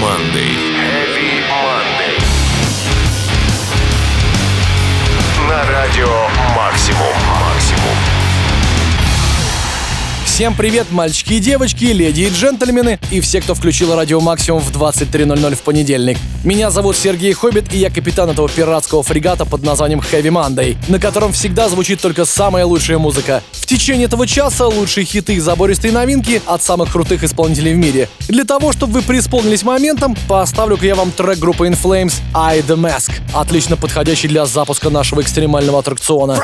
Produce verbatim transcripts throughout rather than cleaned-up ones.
Monday. Heavy Monday. На радио Максимум. Максимум. Всем привет, мальчики и девочки, леди и джентльмены и все, кто включил радио Максимум в двадцать три ноль ноль в понедельник. Меня зовут Сергей Хоббит, и я капитан этого пиратского фрегата под названием Heavy Monday, на котором всегда звучит только самая лучшая музыка. В течение этого часа лучшие хиты и забористые новинки от самых крутых исполнителей в мире. Для того, чтобы вы преисполнились моментом, поставлю-ка я вам трек группы In Flames «I The Mask», отлично подходящий для запуска нашего экстремального аттракциона.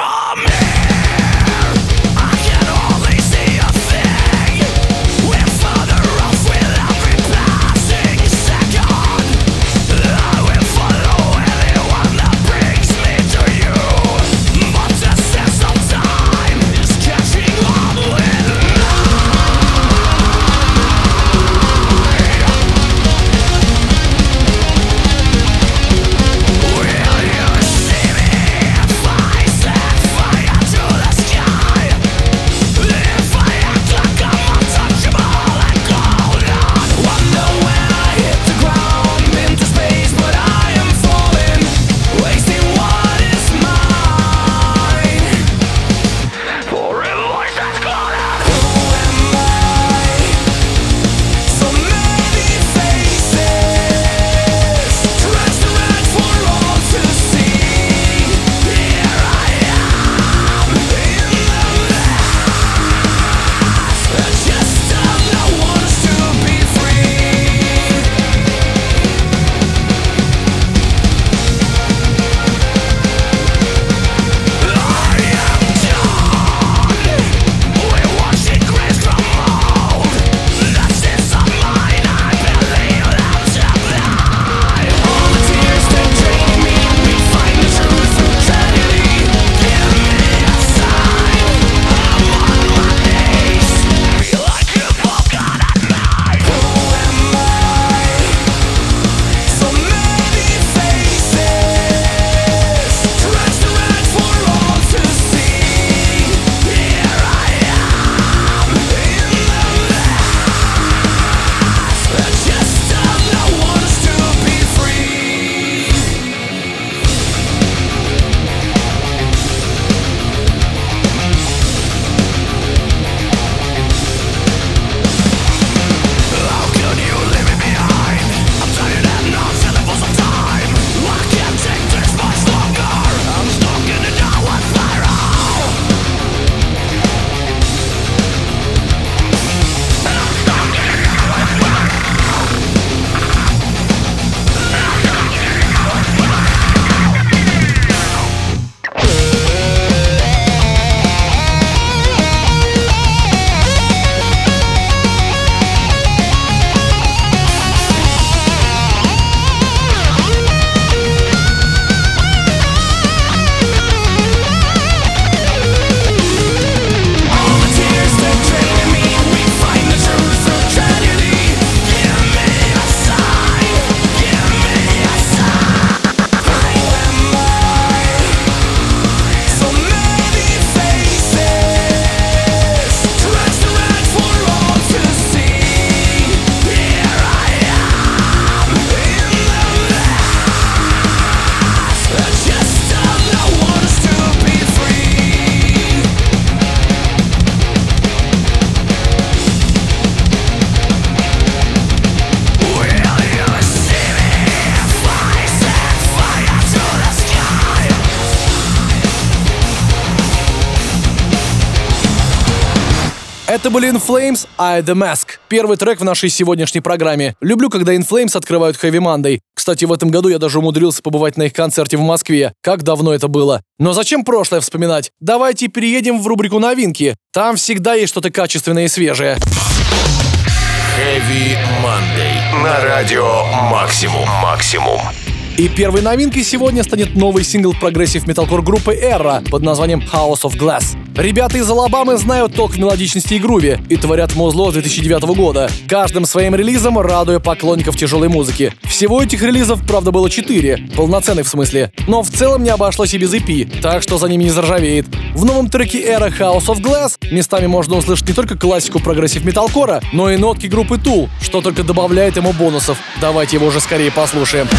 Это были In Flames, I The Mask. Первый трек в нашей сегодняшней программе. Люблю, когда In Flames открывают Heavy Monday. Кстати, в этом году я даже умудрился побывать на их концерте в Москве. Как давно это было. Но зачем прошлое вспоминать? Давайте переедем в рубрику новинки. Там всегда есть что-то качественное и свежее. Heavy Monday. На радио Максимум. Максимум. И первой новинкой сегодня станет новый сингл прогрессив металкор группы Erra под названием House of Glass. Ребята из Алабамы знают толк в мелодичности и груве и творят музло с две тысячи девятого года, каждым своим релизом радуя поклонников тяжелой музыки. Всего этих релизов, правда, было четыре, полноценных в смысле, но в целом не обошлось и без и пи, так что за ними не заржавеет. В новом треке Era House of Glass местами можно услышать не только классику прогрессив-металкора, но и нотки группы Tool, что только добавляет ему бонусов. Давайте его уже скорее послушаем.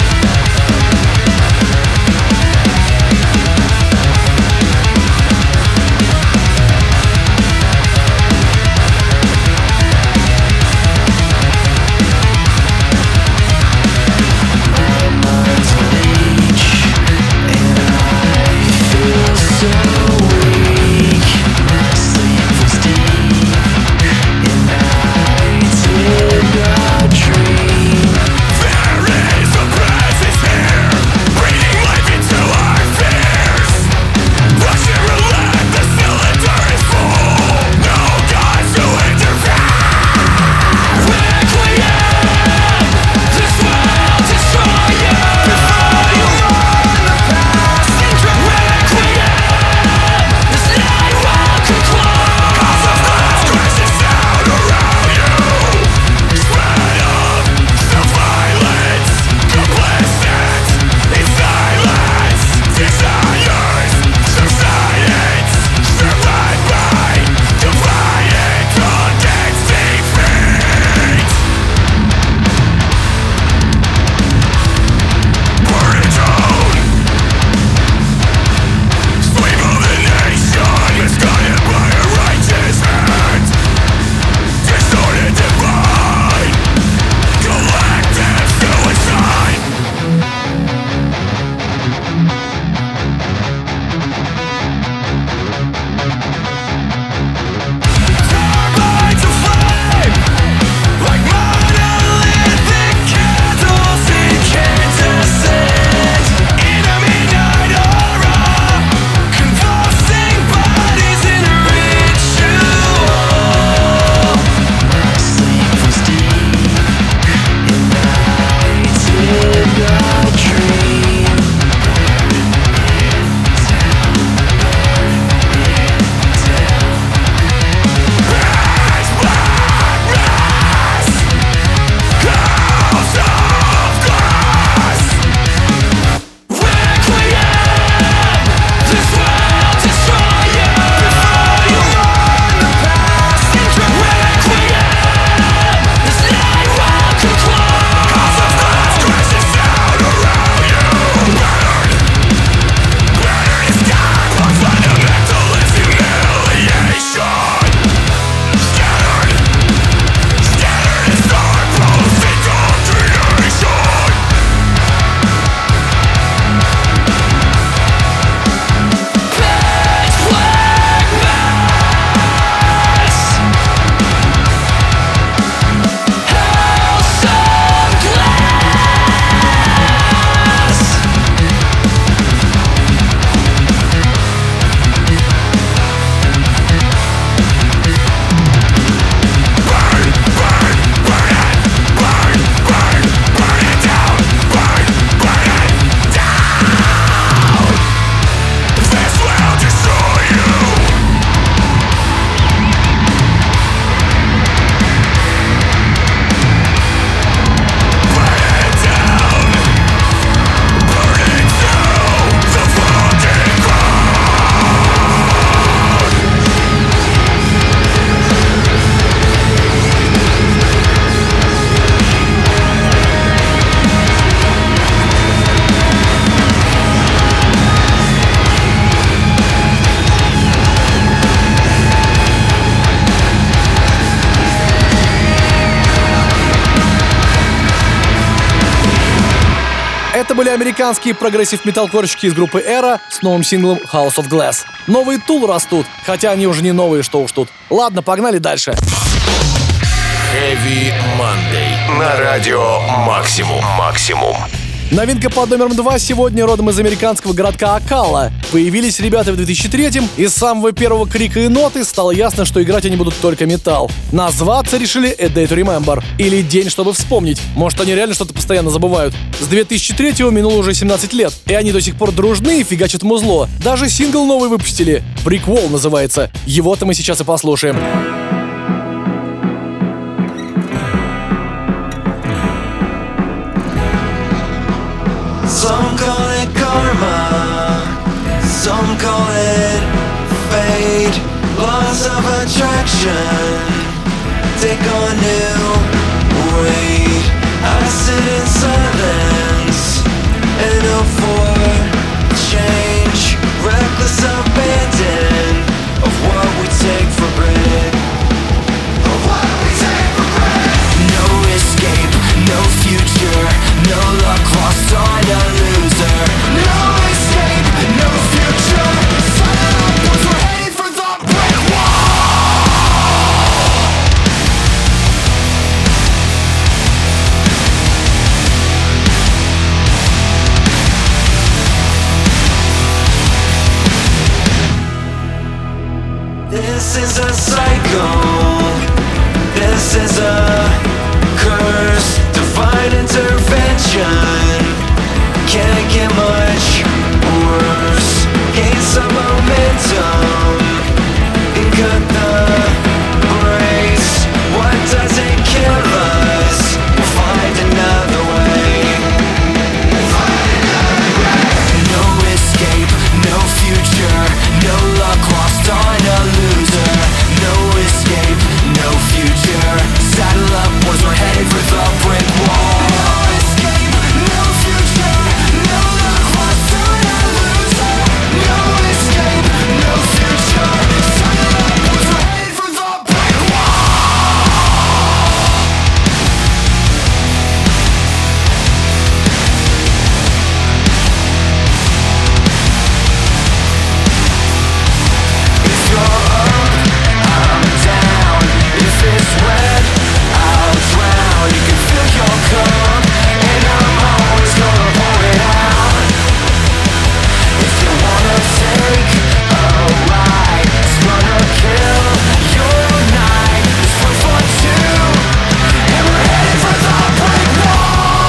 Это были американские прогрессив-металкорщики из группы Era с новым синглом House of Glass. Новые Tool растут, хотя они уже не новые, что уж тут. Ладно, погнали дальше. Heavy Monday на радио Максимум. Максимум. Новинка под номером два сегодня родом из американского городка Окала. Появились ребята в две тысячи третьем, и с самого первого крика и ноты стало ясно, что играть они будут только металл. Назваться решили A Day to Remember, или День, чтобы вспомнить. Может, они реально что-то постоянно забывают. С две тысячи третьего минуло уже семнадцать лет, и они до сих пор дружны и фигачат музло. Даже сингл новый выпустили. Brick Wall называется. Его-то мы сейчас и послушаем. Some call it karma, some call it fate. Laws of attraction take on new weight. I sit in silence and hope for change. Reckless abandon of what we take for granted. Of what we take for granted. No escape, no future, no luck lost on a loser. No escape, no future. Sign up, once we're headed for the brick wall. This is a cycle. This is a curse. Divine intervention. Can't get much worse. Gain some momentum and cut the brakes. What doesn't kill us, we'll find another way. We'll find another way. No escape, no future, no luck lost on a loser. No escape, no future. Saddle up once we're headed for the brick wall. No escape, no future, no luck lost on a loser. No escape, no future. Saddle up once we're headed for the brick wall. If you're up, I'm down. If it's wet, I'll drown. You can fill your cup, and I'm always gonna pour it out. If you wanna take a ride, it's gonna kill your night. It's one for two, and we're headed for the brick wall.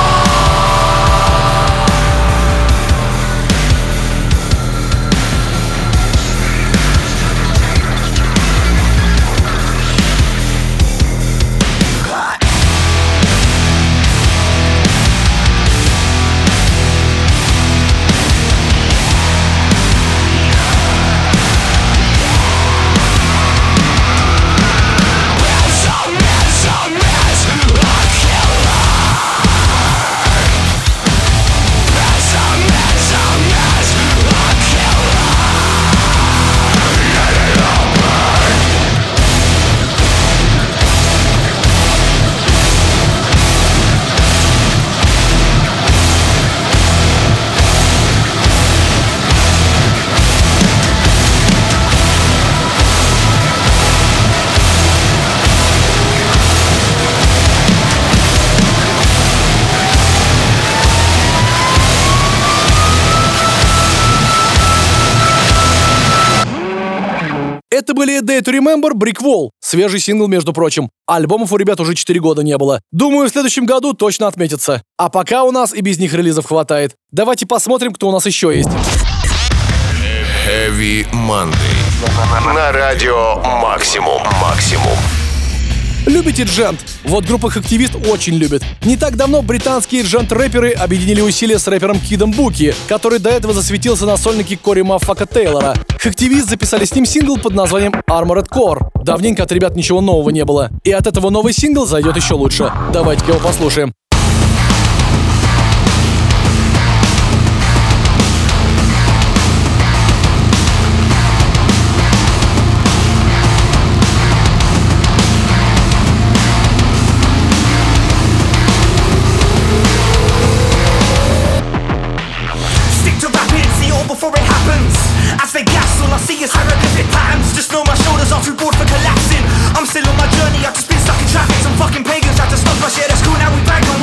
Это были A Day to Remember, Brick Wall. Свежий сингл, между прочим. Альбомов у ребят уже четыре года не было. Думаю, в следующем году точно отметится. А пока у нас и без них релизов хватает. Давайте посмотрим, кто у нас еще есть. Heavy Monday. На радио Максимум. Максимум. Любите джент? Вот группа «Хактивист» очень любит. Не так давно британские джент-рэперы объединили усилия с рэпером Кидом Буки, который до этого засветился на сольнике Кори Маффака Тейлора. «Хактивист» записали с ним сингл под названием Armored Core. Давненько от ребят ничего нового не было. И от этого новый сингл зайдет еще лучше. Давайте-ка его послушаем. Before it happens, as they gas, all I see is hieroglyphic patterns. Just know my shoulders are too broad for collapsing. I'm still on my journey, I've just been stuck in traffic. Some fucking pagans had to stop us, yeah that's cool, now we bang on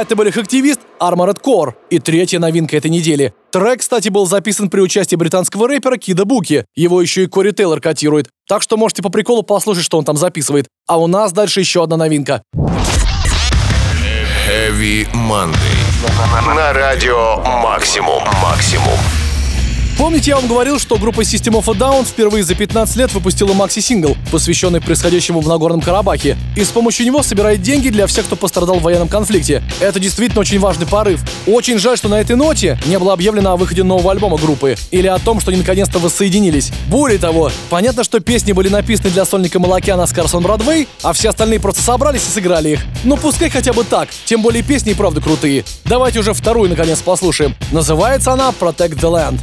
Это были Hacktivist, Armored Core и третья новинка этой недели. Трек, кстати, был записан при участии британского рэпера Кида Буки. Его еще и Кори Тейлор котирует. Так что можете по приколу послушать, что он там записывает. А у нас дальше еще одна новинка. Heavy Monday. На радио Максимум. Максимум. Помните, я вам говорил, что группа System of a Down впервые за пятнадцать лет выпустила макси-сингл, посвященный происходящему в Нагорном Карабахе, и с помощью него собирает деньги для всех, кто пострадал в военном конфликте. Это действительно очень важный порыв. Очень жаль, что на этой ноте не было объявлено о выходе нового альбома группы или о том, что они наконец-то воссоединились. Более того, понятно, что песни были написаны для сольника Малакяна с Carson Broadway, а все остальные просто собрались и сыграли их. Ну пускай хотя бы так, тем более песни и правда крутые. Давайте уже вторую наконец послушаем. Называется она Protect the Land.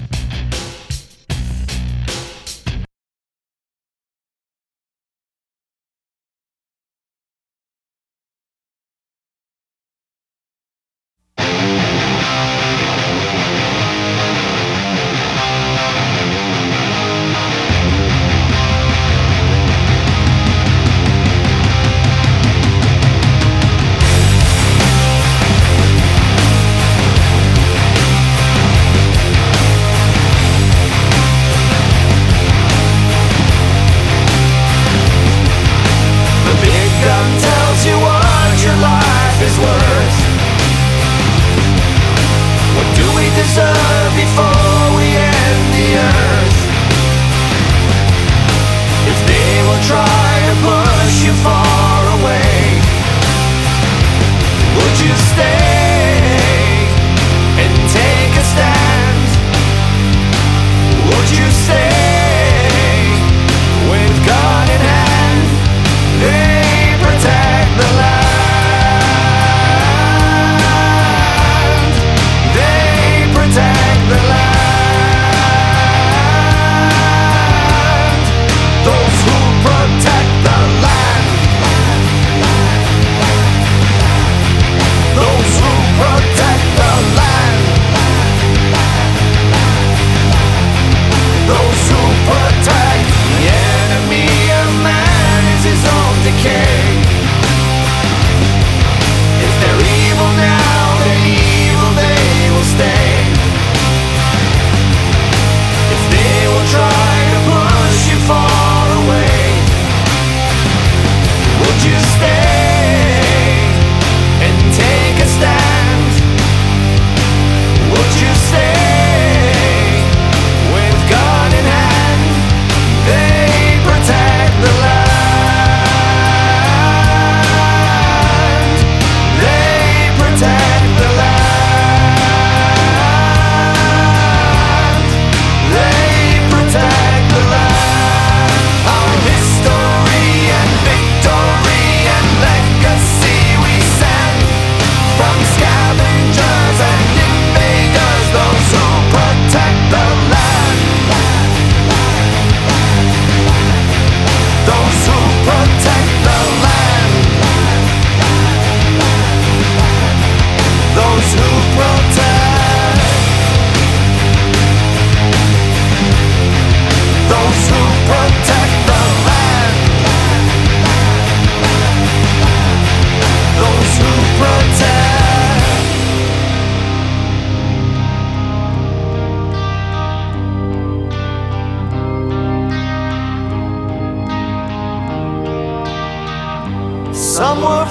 Some were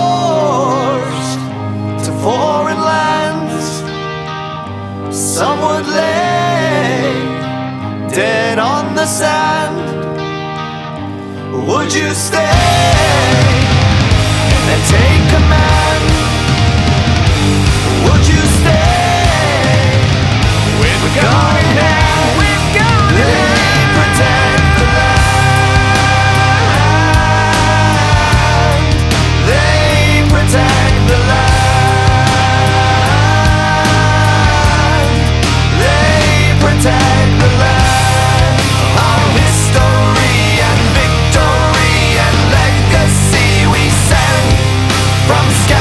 forced to foreign lands. Some would lay dead on the sand. Would you stay and take command? Would you stay with God in hand? With God in hand, protect the land. They protect the land. They protect the land. Our history and victory and legacy we send from sky.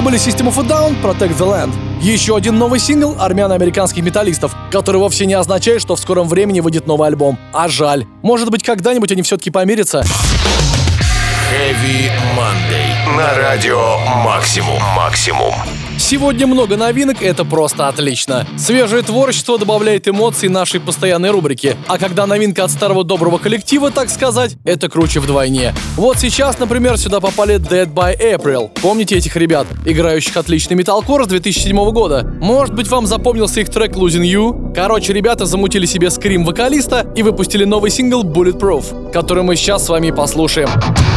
были System of a Down, Protect the Land. Еще один новый сингл армяно-американских металлистов, который вовсе не означает, что в скором времени выйдет новый альбом. А жаль. Может быть, когда-нибудь они все-таки помирятся? Heavy Monday на радио Максимум. Максимум. Сегодня много новинок, это просто отлично. Свежее творчество добавляет эмоций нашей постоянной рубрике. А когда новинка от старого доброго коллектива, так сказать, это круче вдвойне. Вот сейчас, например, сюда попали Dead by April. Помните этих ребят, играющих отличный металкор с две тысячи седьмого года? Может быть, вам запомнился их трек Losing You? Короче, ребята замутили себе скрим вокалиста и выпустили новый сингл Bulletproof, который мы сейчас с вами послушаем.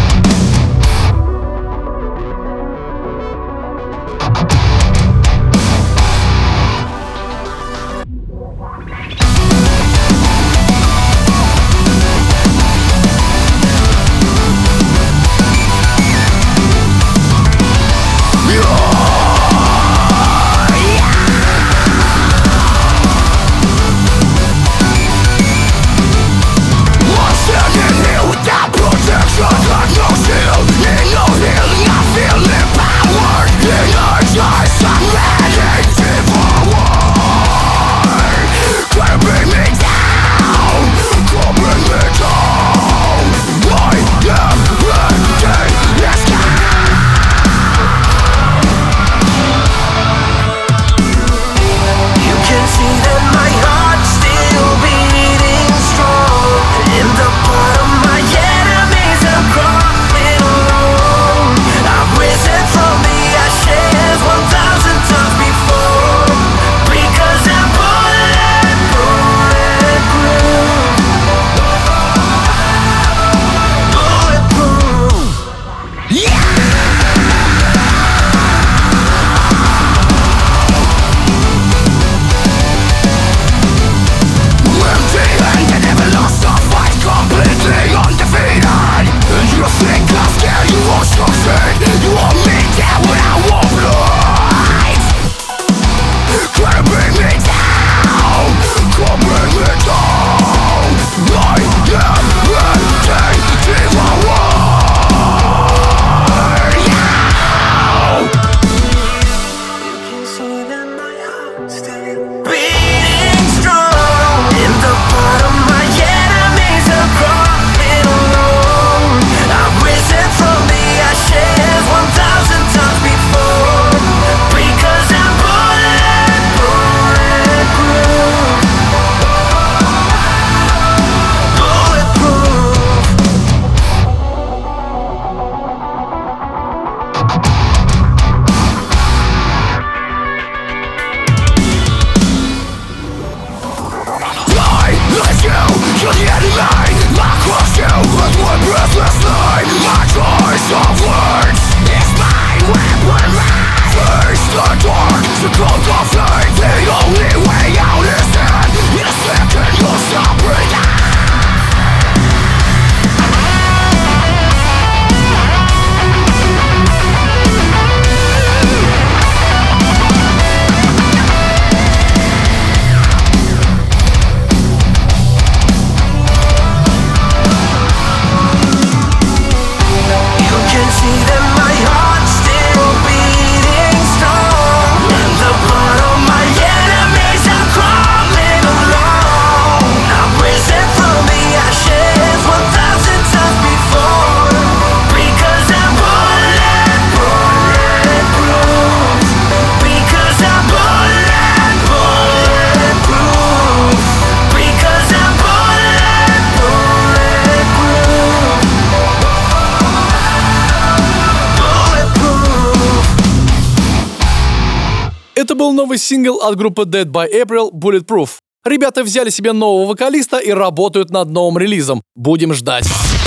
Это был новый сингл от группы Dead by April Bulletproof. Ребята взяли себе нового вокалиста и работают над новым релизом. Будем ждать.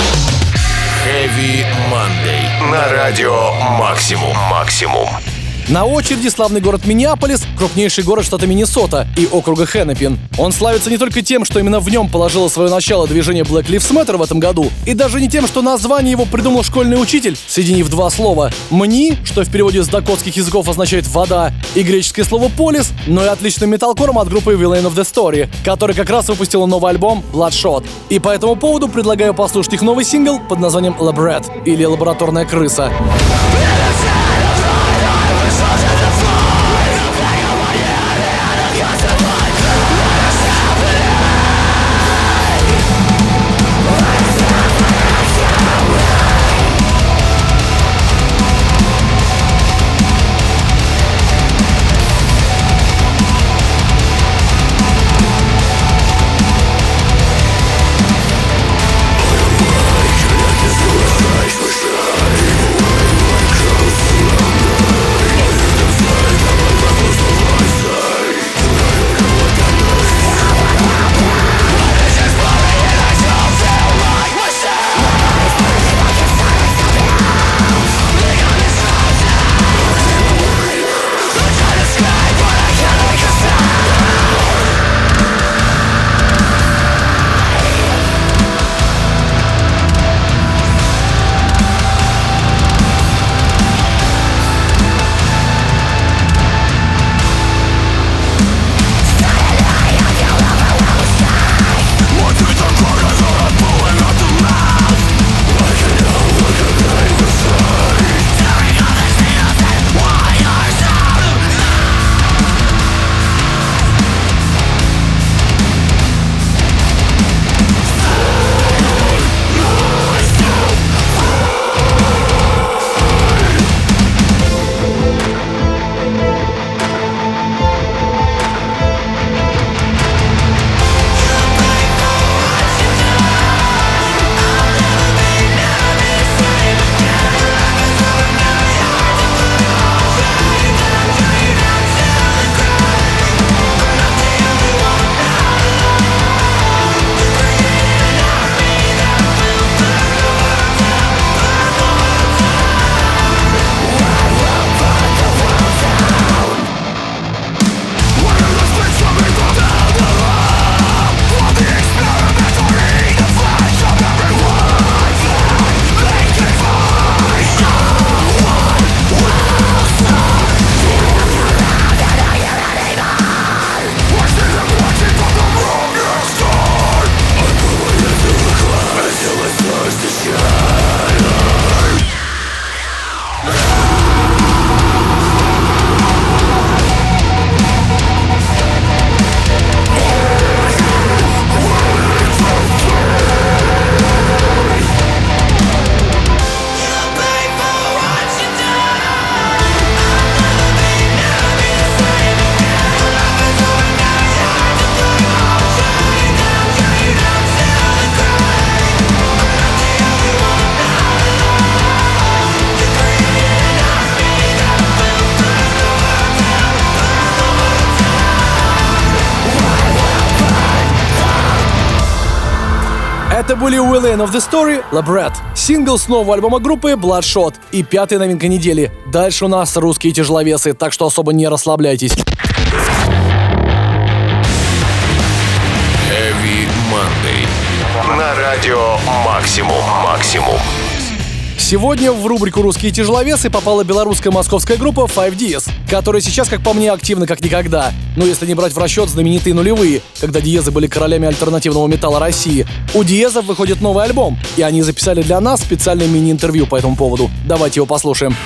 Heavy Monday на радио Максимум. Максимум. На очереди славный город Миннеаполис, крупнейший город штата Миннесота и округа Хеннепин. Он славится не только тем, что именно в нем положило свое начало движение Black Lives Matter в этом году, и даже не тем, что название его придумал школьный учитель, соединив два слова «мни», что в переводе с дакотских языков означает «вода», и греческое слово «полис», но и отличным металкором от группы Villain of the Story, которая как раз выпустила новый альбом Bloodshot. И по этому поводу предлагаю послушать их новый сингл под названием Lab Rat, или «Лабораторная крыса». Inside, Это были Will of the Story, Labret. Сингл с нового альбома группы Bloodshot и пятая новинка недели. Дальше у нас русские тяжеловесы, так что особо не расслабляйтесь. Heavy Monday. На радио Максимум. Максимум. Сегодня в рубрику «Русские тяжеловесы» попала белорусская московская группа Five Diez, которая сейчас, как по мне, активна как никогда. Но если не брать в расчет знаменитые нулевые, когда Диезы были королями альтернативного металла России. У Диезов выходит новый альбом, и они записали для нас специальное мини-интервью по этому поводу. Давайте его послушаем.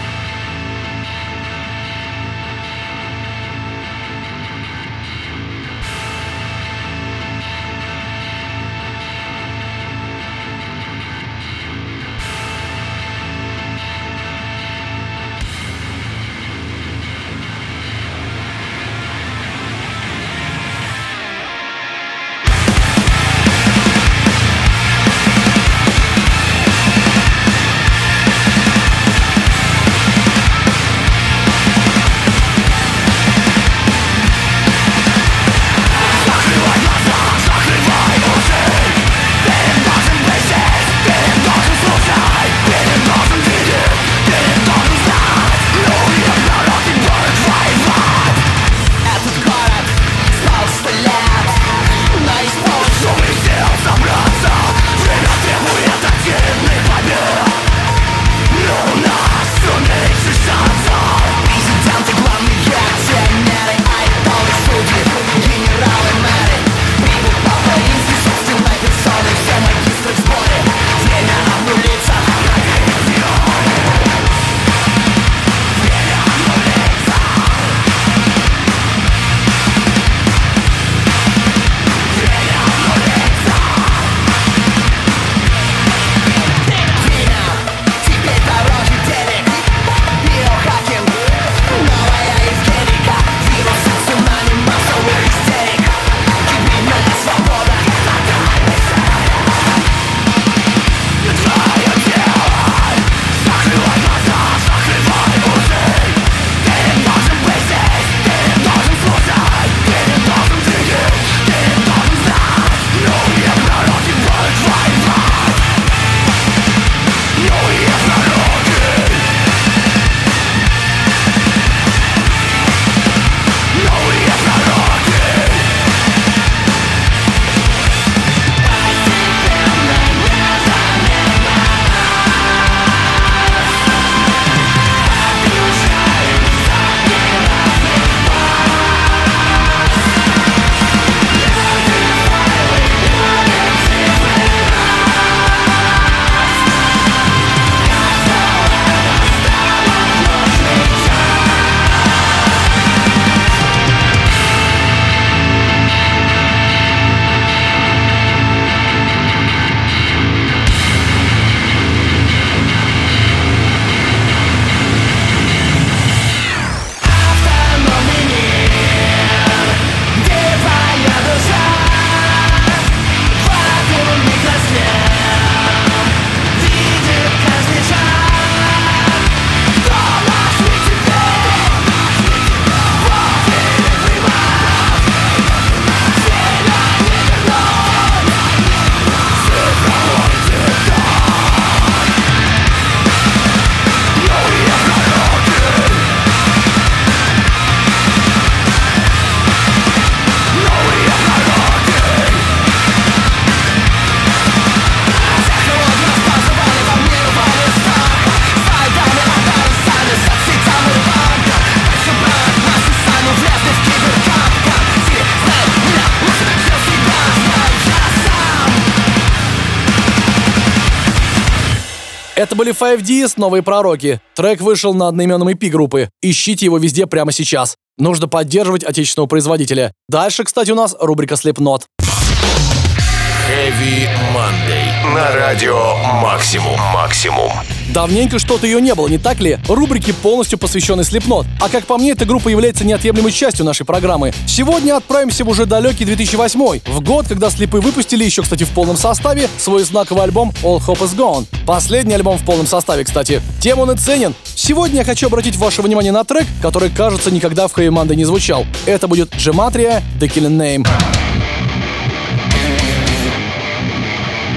Это были Five Diez, новые пророки. Трек вышел на одноименном и пи группы. Ищите его везде прямо сейчас. Нужно поддерживать отечественного производителя. Дальше, кстати, у нас рубрика Slipknot. Heavy Monday. На радио Максимум. Максимум. Давненько что-то ее не было, не так ли? Рубрики полностью посвящены Slipknot. А как по мне, эта группа является неотъемлемой частью нашей программы. Сегодня отправимся в уже далекий две тысячи восьмой, в год, когда Слипы выпустили еще, кстати, в полном составе свой знаковый альбом All Hope Is Gone. Последний альбом в полном составе, кстати. Тем он и ценен. Сегодня я хочу обратить ваше внимание на трек, который, кажется, никогда в Heavy Monday не звучал. Это будет Gematria, The Killing Name.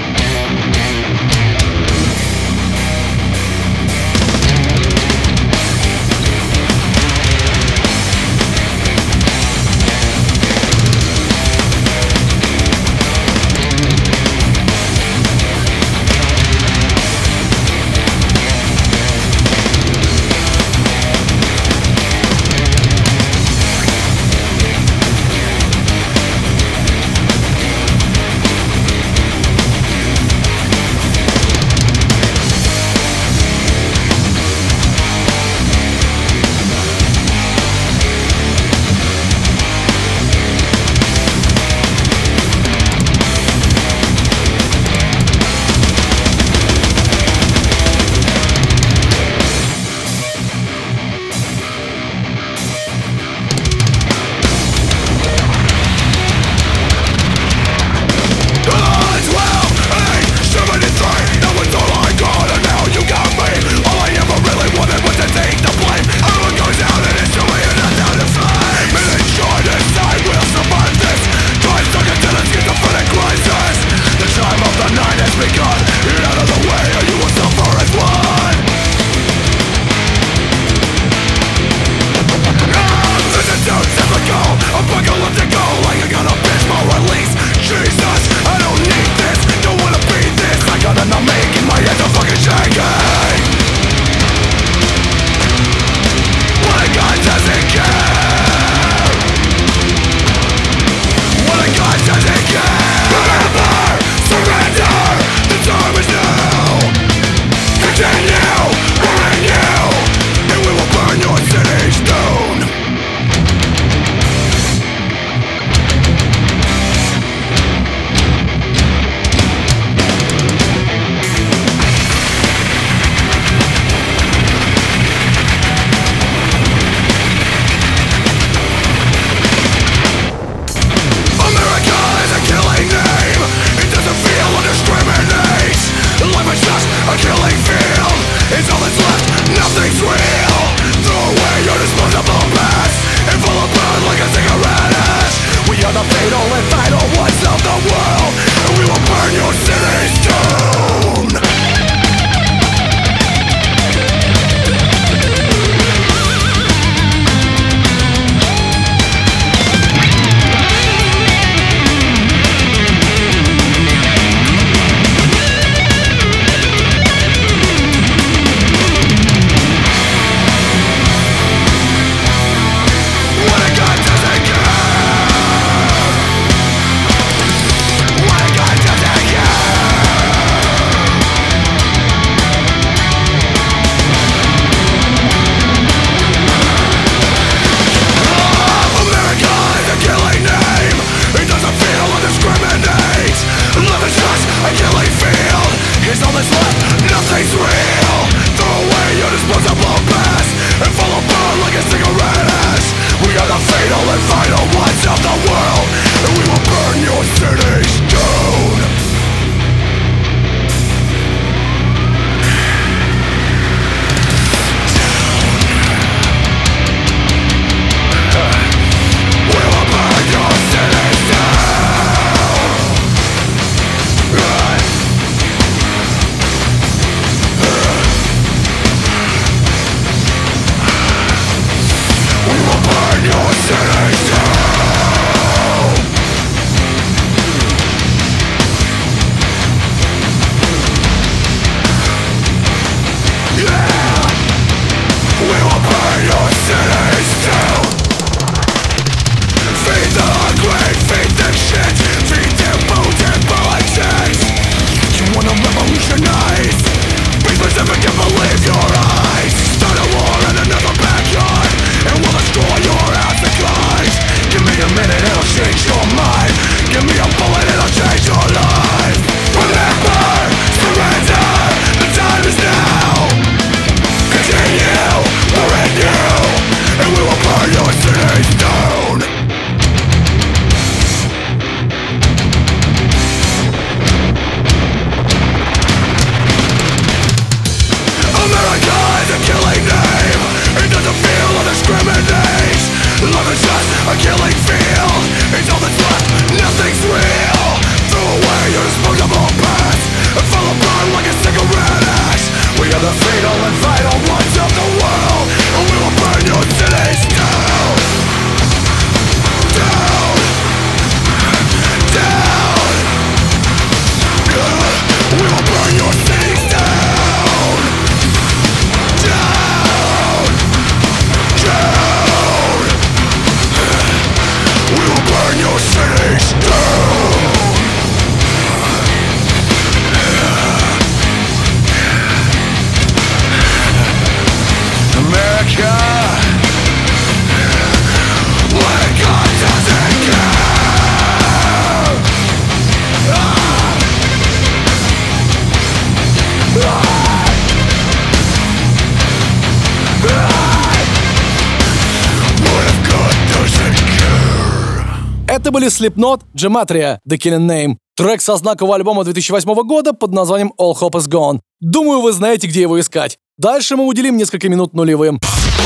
Это были Slipknot, Gematria, The Killing Name. Трек со знакового альбома две тысячи восьмого года под названием All Hope Is Gone. Думаю, вы знаете, где его искать. Дальше мы уделим несколько минут нулевым.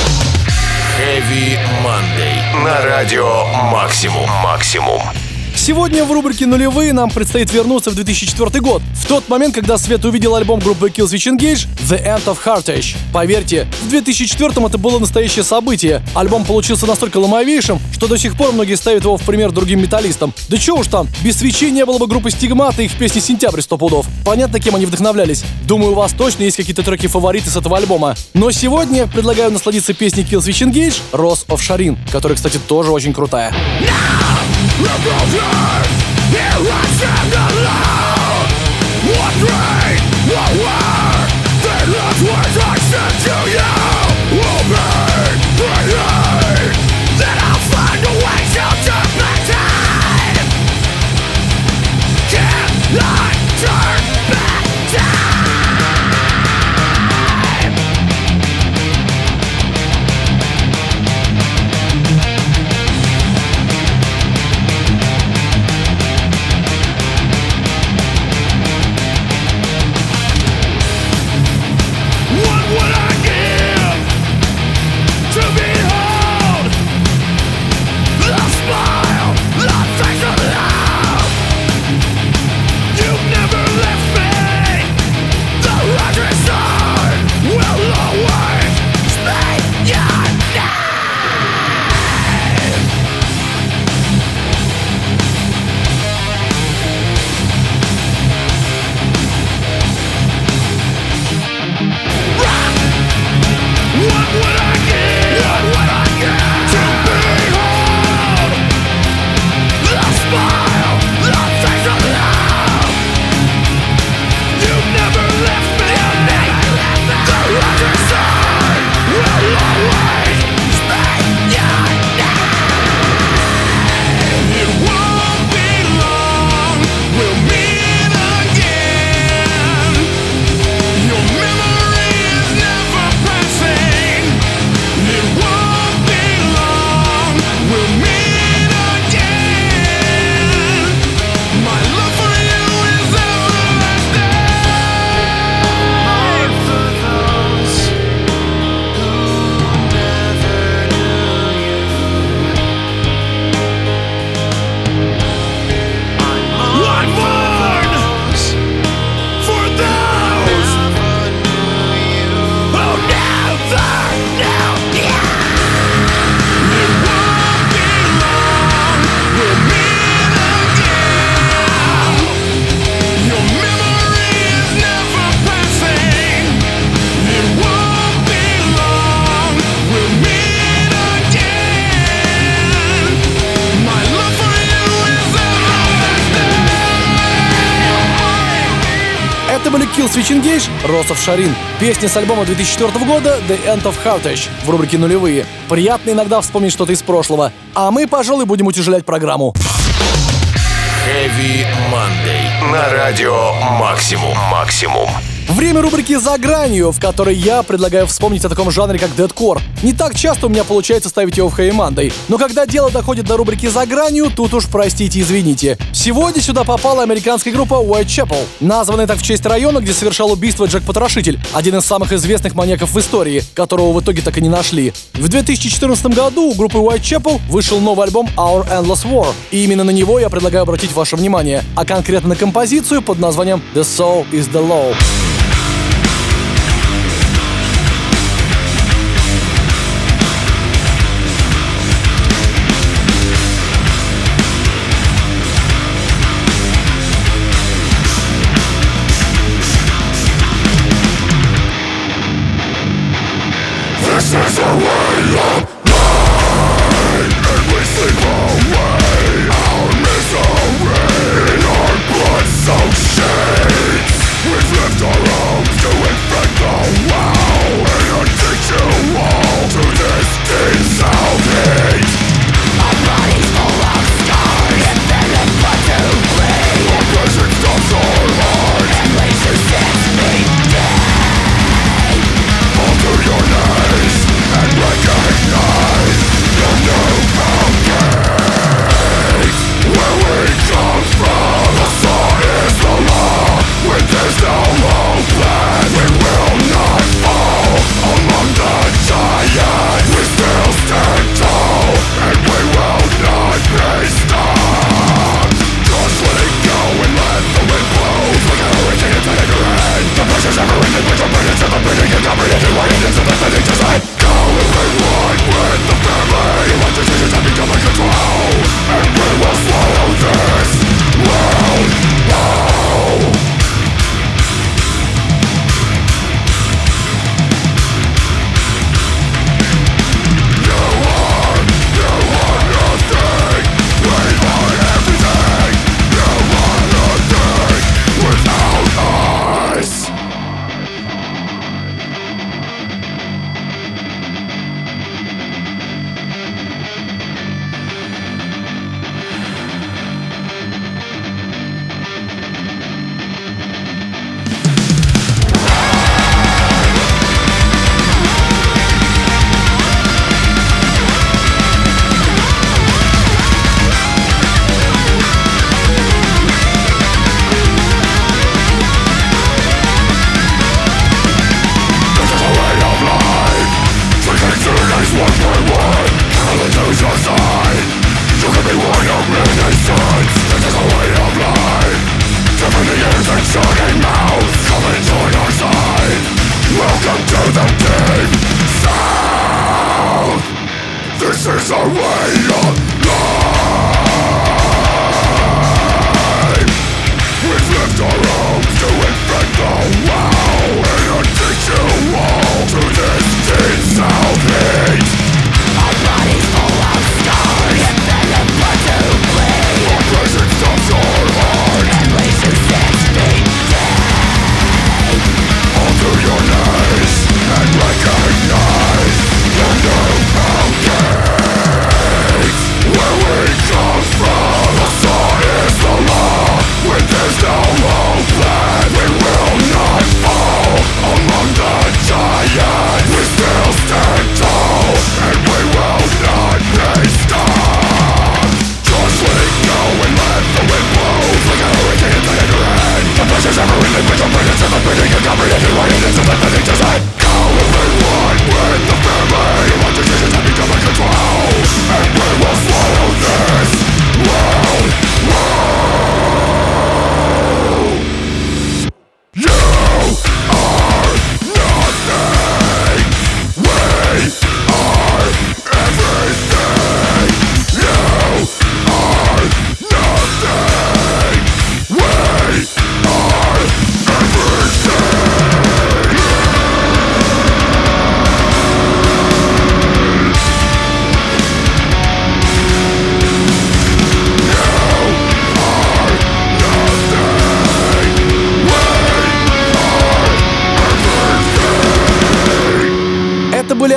Heavy Monday на радио Максимум. Максимум. Сегодня в рубрике «Нулевые» нам предстоит вернуться в две тысячи четвёртый год, в тот момент, когда свет увидел альбом группы Killswitch Engage The End of Heartache. Поверьте, в две тысячи четвёртом это было настоящее событие. Альбом получился настолько ломовейшим, что до сих пор многие ставят его в пример другим металлистам. Да чё уж там, без свечей не было бы группы Стигмата и их песни «Сентябрь» сто пудов. Понятно, кем они вдохновлялись. Думаю, у вас точно есть какие-то треки-фавориты с этого альбома. Но сегодня я предлагаю насладиться песней Killswitch Engage Rose of Sharin, которая, кстати, тоже очень крутая. Killswitch Engage, Ростов Шарин. Песня с альбома две тысячи четвёртого года The End of Heartache в рубрике «Нулевые». Приятно иногда вспомнить что-то из прошлого. А мы, пожалуй, будем утяжелять программу. Heavy Monday на радио Максимум. Максимум. Время рубрики «За гранью», в которой я предлагаю вспомнить о таком жанре, как дэдкор. Не так часто у меня получается ставить его в Heavy Monday, но когда дело доходит до рубрики «За гранью», тут уж простите, извините. Сегодня сюда попала американская группа Whitechapel, названная так в честь района, где совершал убийство Джек Потрошитель, один из самых известных маньяков в истории, которого в итоге так и не нашли. В две тысячи четырнадцатом году у группы Whitechapel вышел новый альбом Our Endless War, и именно на него я предлагаю обратить ваше внимание, а конкретно на композицию под названием The Soul is the Law. This is a way of life, and we sleep away our misery in our blood-soaked sheets. We've left our homes to infect the world and addict you all to this deep south heat. Our bodies full of scars, envenoming but to bleed. Our prison stops our hearts and leaves us six feet deep. Fall to your knees and recognize the new boundaries. Where we come from, the sword is the law. When there's no hope left, we will not fall. Among the giants, we still stand tall, and we will not be stopped. Just let it go and let the wind blow. Like a hurricane, it's at your end. The pressure's never ending, but you're burning to the burning. You comprehended what it is, and the feeling just let go. If we want with the family, let decisions have become a control, and we will swallow this world whole. You are, you are nothing. We are everything. You are nothing without us. This is our way of life. We've left our homes to infect the world and addict you all to this deep south heat. Our bodies full of scars, envenoming but to bleed. Our prison stops our heart and leaves you six feet deep. Fall to your knees and recognize the new boundaries. Where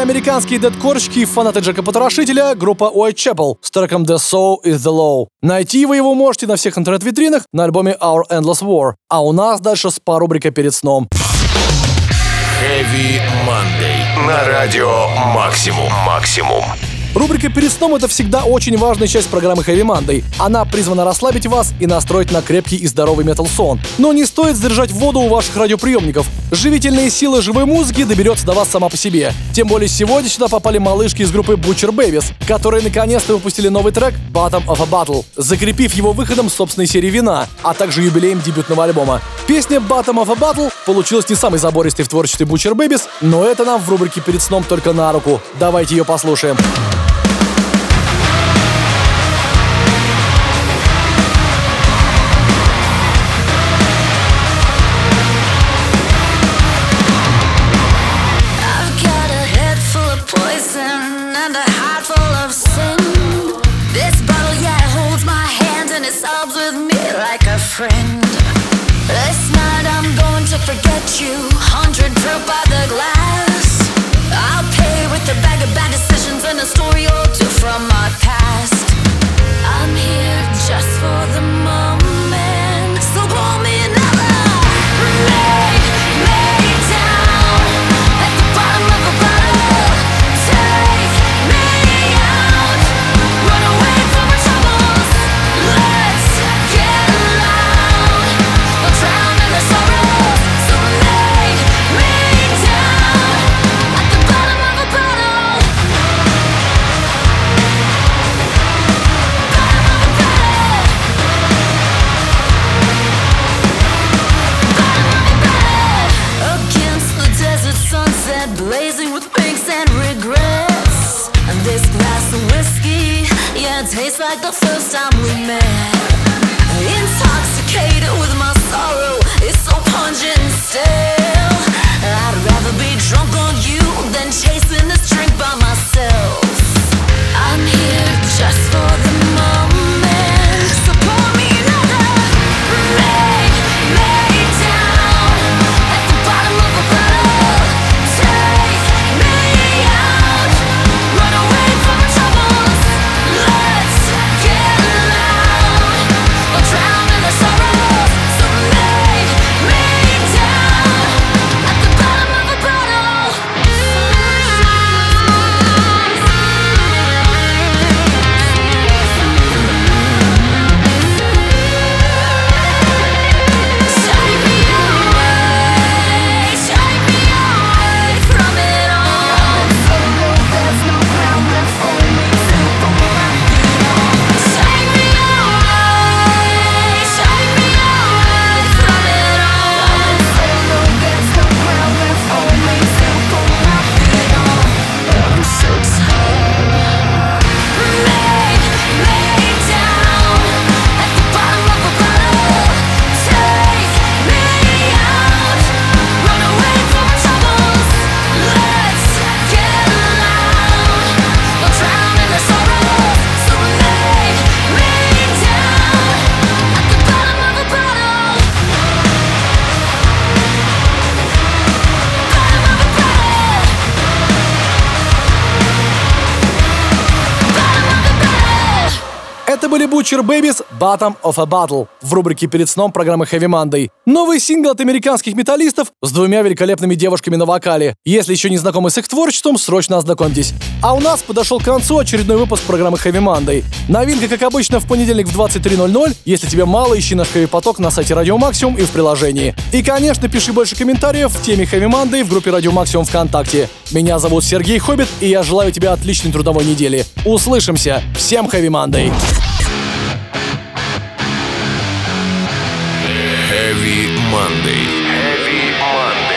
американские дэткорщики и фанаты Джека Потрошителя, группа Whitechapel с треком The Soul is the Law. Найти вы его можете на всех интернет-витринах на альбоме Our Endless War. А у нас дальше спа-рубрика перед сном. Heavy Monday на радио Максимум. Максимум. Рубрика «Перед сном» — это всегда очень важная часть программы Heavy Monday. Она призвана расслабить вас и настроить на крепкий и здоровый метал-сон. Но не стоит сдержать воду у ваших радиоприемников. Живительная сила живой музыки доберется до вас сама по себе. Тем более сегодня сюда попали малышки из группы Butcher Babies, которые наконец-то выпустили новый трек Bottom of a Bottle, закрепив его выходом собственной серии вина, а также юбилеем дебютного альбома. Песня Bottom of a Bottle получилась не самой забористой в творчестве Butcher Babies, но это нам в рубрике «Перед сном» только на руку. Давайте ее послушаем. Friend, this night I'm going to forget you. Hundred proof by the glass. I'll pay with a bag of bad decisions and a story or two from my past. I'm here just for the moment, so pour me another. Lay me down at the bottom of a bottle. Take me out, run away from my troubles. Let's get drown in the sorrow, so lay me down at the bottom of a bottle. Bottom of a bottle. Bottom of a bottle. Against the desert sunset, blazing with pinks and regrets. And this glass of whiskey, yeah, it tastes like the first time we met. Intoxicated with my sorrow, it's so pungent and stale. I'd rather be drunk on you than chasing this drink by myself. I'm here just for the moment, so pour me another. Lay me down at the bottom of a bottle. Take me out, run away from my troubles. Let's get loud, or drown in the sorrow. So lay me down at the bottom of a bottle. Take me away, take me away from it all. There's no ground left for me to go around. Take me away, take me away from it all. There's no ground left for me to go around. I'm so tired. Lay me down at the bottom of a bottle. Take me out, run away from my troubles. Let's get loud, or drown in the sorrow. So lay me down at the bottom of a bottle. Bottom of a bottle. Bottom of a bottle. Это были Butcher Babies, Bottom of a Bottle в рубрике «Перед сном» программы Heavy Monday. Новый сингл от американских металлистов с двумя великолепными девушками на вокале. Если еще не знакомы с их творчеством, срочно ознакомьтесь. А у нас подошел к концу очередной выпуск программы Heavy Monday. Новинка, как обычно, в понедельник в двадцать три ноль ноль. Если тебе мало, ищи наш Heavy Поток на сайте Радио Максимум и в приложении. И, конечно, пиши больше комментариев в теме Heavy Monday в группе Радио Максимум ВКонтакте. Меня зовут Сергей Хоббит, и я желаю тебе отличной трудовой недели. Услышимся! Всем Heavy Monday! Heavy Monday. Heavy Monday.